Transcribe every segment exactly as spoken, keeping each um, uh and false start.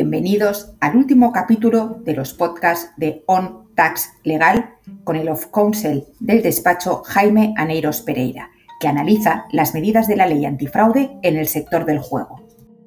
Bienvenidos al último capítulo de los podcasts de On Tax Legal con el of counsel del despacho Jaime Aneiros Pereira, que analiza las medidas de la ley antifraude en el sector del juego.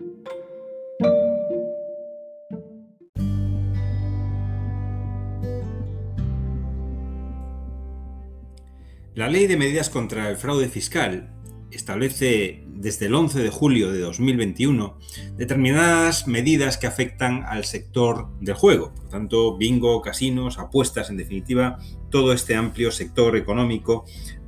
La Ley de Medidas contra el Fraude Fiscal establece desde el once de julio de dos mil veintiuno determinadas medidas que afectan al sector del juego. Por tanto, bingo, casinos, apuestas, en definitiva, todo este amplio sector económico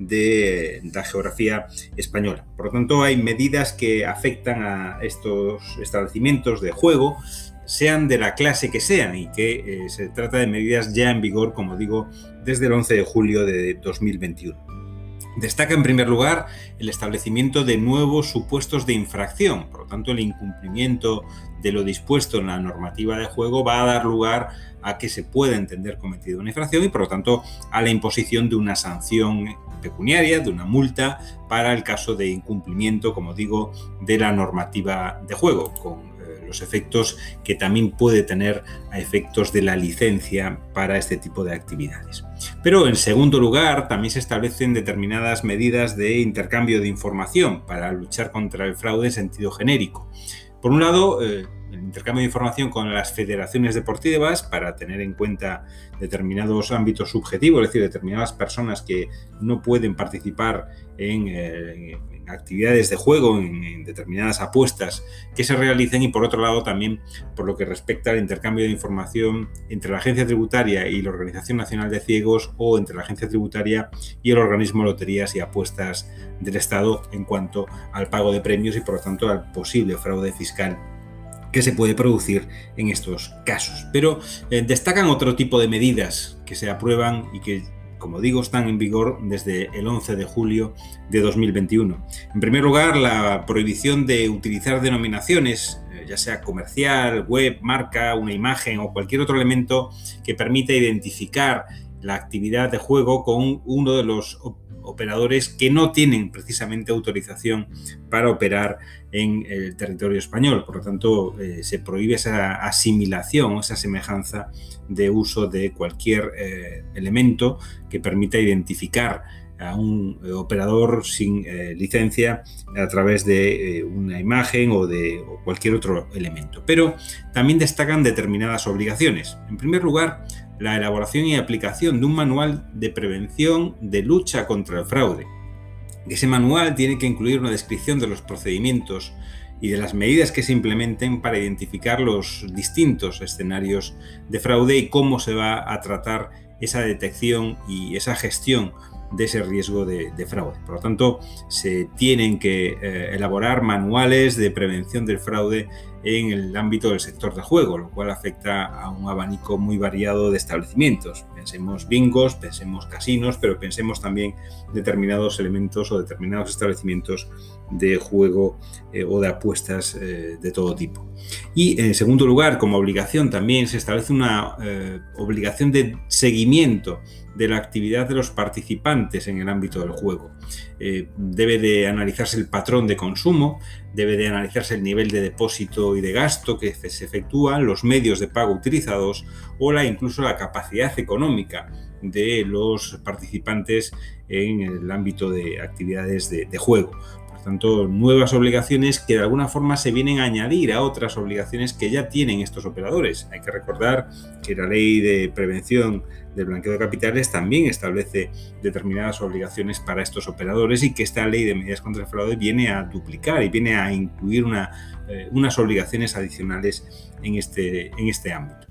de la geografía española. Por lo tanto, hay medidas que afectan a estos establecimientos de juego, sean de la clase que sean, y que eh, se trata de medidas ya en vigor, como digo, desde el once de julio de dos mil veintiuno. Destaca en primer lugar el establecimiento de nuevos supuestos de infracción. Por lo tanto, el incumplimiento de lo dispuesto en la normativa de juego va a dar lugar a que se pueda entender cometido una infracción y, por lo tanto, a la imposición de una sanción pecuniaria, de una multa, para el caso de incumplimiento, como digo, de la normativa de juego, con los efectos que también puede tener a efectos de la licencia para este tipo de actividades. Pero en segundo lugar, también se establecen determinadas medidas de intercambio de información para luchar contra el fraude en sentido genérico. Por un lado, eh, el intercambio de información con las federaciones deportivas para tener en cuenta determinados ámbitos subjetivos, es decir, determinadas personas que no pueden participar en, eh, en actividades de juego, en, en determinadas apuestas que se realicen, y por otro lado también por lo que respecta al intercambio de información entre la Agencia Tributaria y la Organización Nacional de Ciegos, o entre la Agencia Tributaria y el organismo Loterías y Apuestas del Estado en cuanto al pago de premios y, por lo tanto, al posible fraude fiscal que se puede producir en estos casos. Pero eh, destacan otro tipo de medidas que se aprueban y que, como digo, están en vigor desde el once de julio de dos mil veintiuno. En primer lugar, la prohibición de utilizar denominaciones, eh, ya sea comercial, web, marca, una imagen o cualquier otro elemento que permita identificar la actividad de juego con uno de los operadores que no tienen precisamente autorización para operar en el territorio español. Por lo tanto, eh, se prohíbe esa asimilación, esa semejanza de uso de cualquier eh, elemento que permita identificar a un operador sin eh, licencia a través de eh, una imagen o de o cualquier otro elemento. Pero también destacan determinadas obligaciones. En primer lugar, la elaboración y aplicación de un manual de prevención de lucha contra el fraude. Ese manual tiene que incluir una descripción de los procedimientos y de las medidas que se implementen para identificar los distintos escenarios de fraude y cómo se va a tratar esa detección y esa gestión de ese riesgo de, de fraude. Por lo tanto, se tienen que eh, elaborar manuales de prevención del fraude en el ámbito del sector de juego, lo cual afecta a un abanico muy variado de establecimientos. Pensemos bingos, pensemos casinos, pero pensemos también determinados elementos o determinados establecimientos de juego eh, o de apuestas eh, de todo tipo. Y en segundo lugar, como obligación, también se establece una eh, obligación de seguimiento de la actividad de los participantes en el ámbito del juego. Eh, debe de analizarse el patrón de consumo, debe de analizarse el nivel de depósito y de gasto que se efectúan, los medios de pago utilizados o la, incluso la capacidad económica de los participantes en el ámbito de actividades de, de juego. Por tanto, nuevas obligaciones que de alguna forma se vienen a añadir a otras obligaciones que ya tienen estos operadores. Hay que recordar que la Ley de Prevención del Blanqueo de Capitales también establece determinadas obligaciones para estos operadores, y que esta Ley de Medidas contra el Fraude viene a duplicar y viene a incluir una, eh, unas obligaciones adicionales en este, en este ámbito.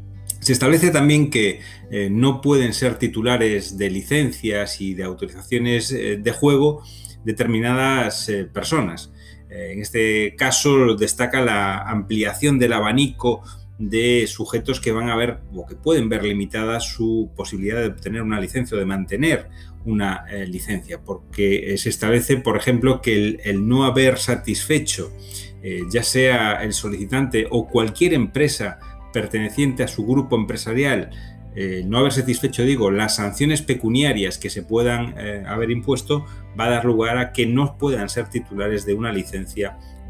Se establece también que eh, no pueden ser titulares de licencias y de autorizaciones eh, de juego determinadas eh, personas. Eh, en este caso destaca la ampliación del abanico de sujetos que van a ver o que pueden ver limitada su posibilidad de obtener una licencia o de mantener una eh, licencia, porque eh, se establece, por ejemplo, que el, el no haber satisfecho, eh, ya sea el solicitante o cualquier empresa perteneciente a su grupo empresarial, eh, no haber satisfecho, digo, las sanciones pecuniarias que se puedan eh, haber impuesto, va a dar lugar a que no puedan ser titulares de una licencia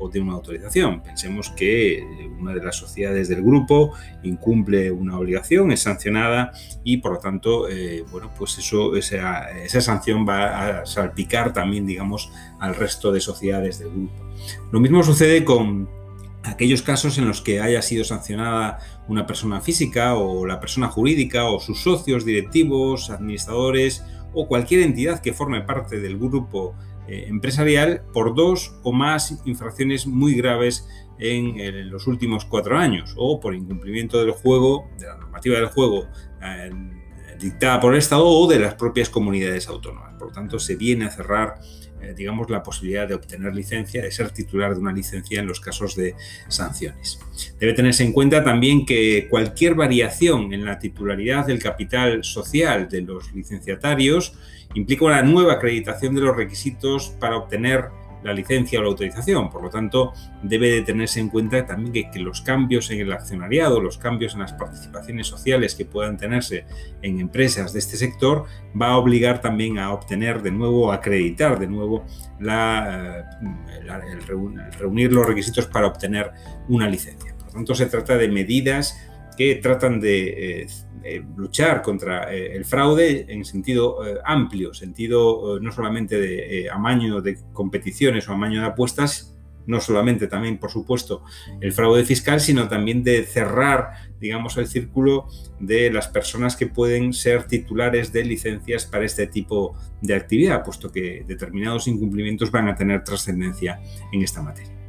o de una autorización. Pensemos que una de las sociedades del grupo incumple una obligación, es sancionada y por lo tanto, eh, bueno, pues eso, esa, esa sanción va a salpicar también, digamos, al resto de sociedades del grupo. Lo mismo sucede con aquellos casos en los que haya sido sancionada una persona física o la persona jurídica o sus socios, directivos, administradores o cualquier entidad que forme parte del grupo eh, empresarial por dos o más infracciones muy graves en, en los últimos cuatro años o por incumplimiento del juego, de la normativa del juego eh, dictada por el Estado o de las propias comunidades autónomas. Por lo tanto, se viene a cerrar eh, digamos, la posibilidad de obtener licencia, de ser titular de una licencia en los casos de sanciones. Debe tenerse en cuenta también que cualquier variación en la titularidad del capital social de los licenciatarios implica una nueva acreditación de los requisitos para obtener la licencia o la autorización. Por lo tanto, debe de tenerse en cuenta también que, que los cambios en el accionariado, los cambios en las participaciones sociales que puedan tenerse en empresas de este sector, va a obligar también a obtener de nuevo, a acreditar de nuevo la, la, el reunir los requisitos para obtener una licencia. Por lo tanto, se trata de medidas que tratan de eh, eh, luchar contra eh, el fraude en sentido eh, amplio, sentido eh, no solamente de eh, amaño de competiciones o amaño de apuestas, no solamente también, por supuesto, el fraude fiscal, sino también de cerrar, digamos, el círculo de las personas que pueden ser titulares de licencias para este tipo de actividad, puesto que determinados incumplimientos van a tener trascendencia en esta materia.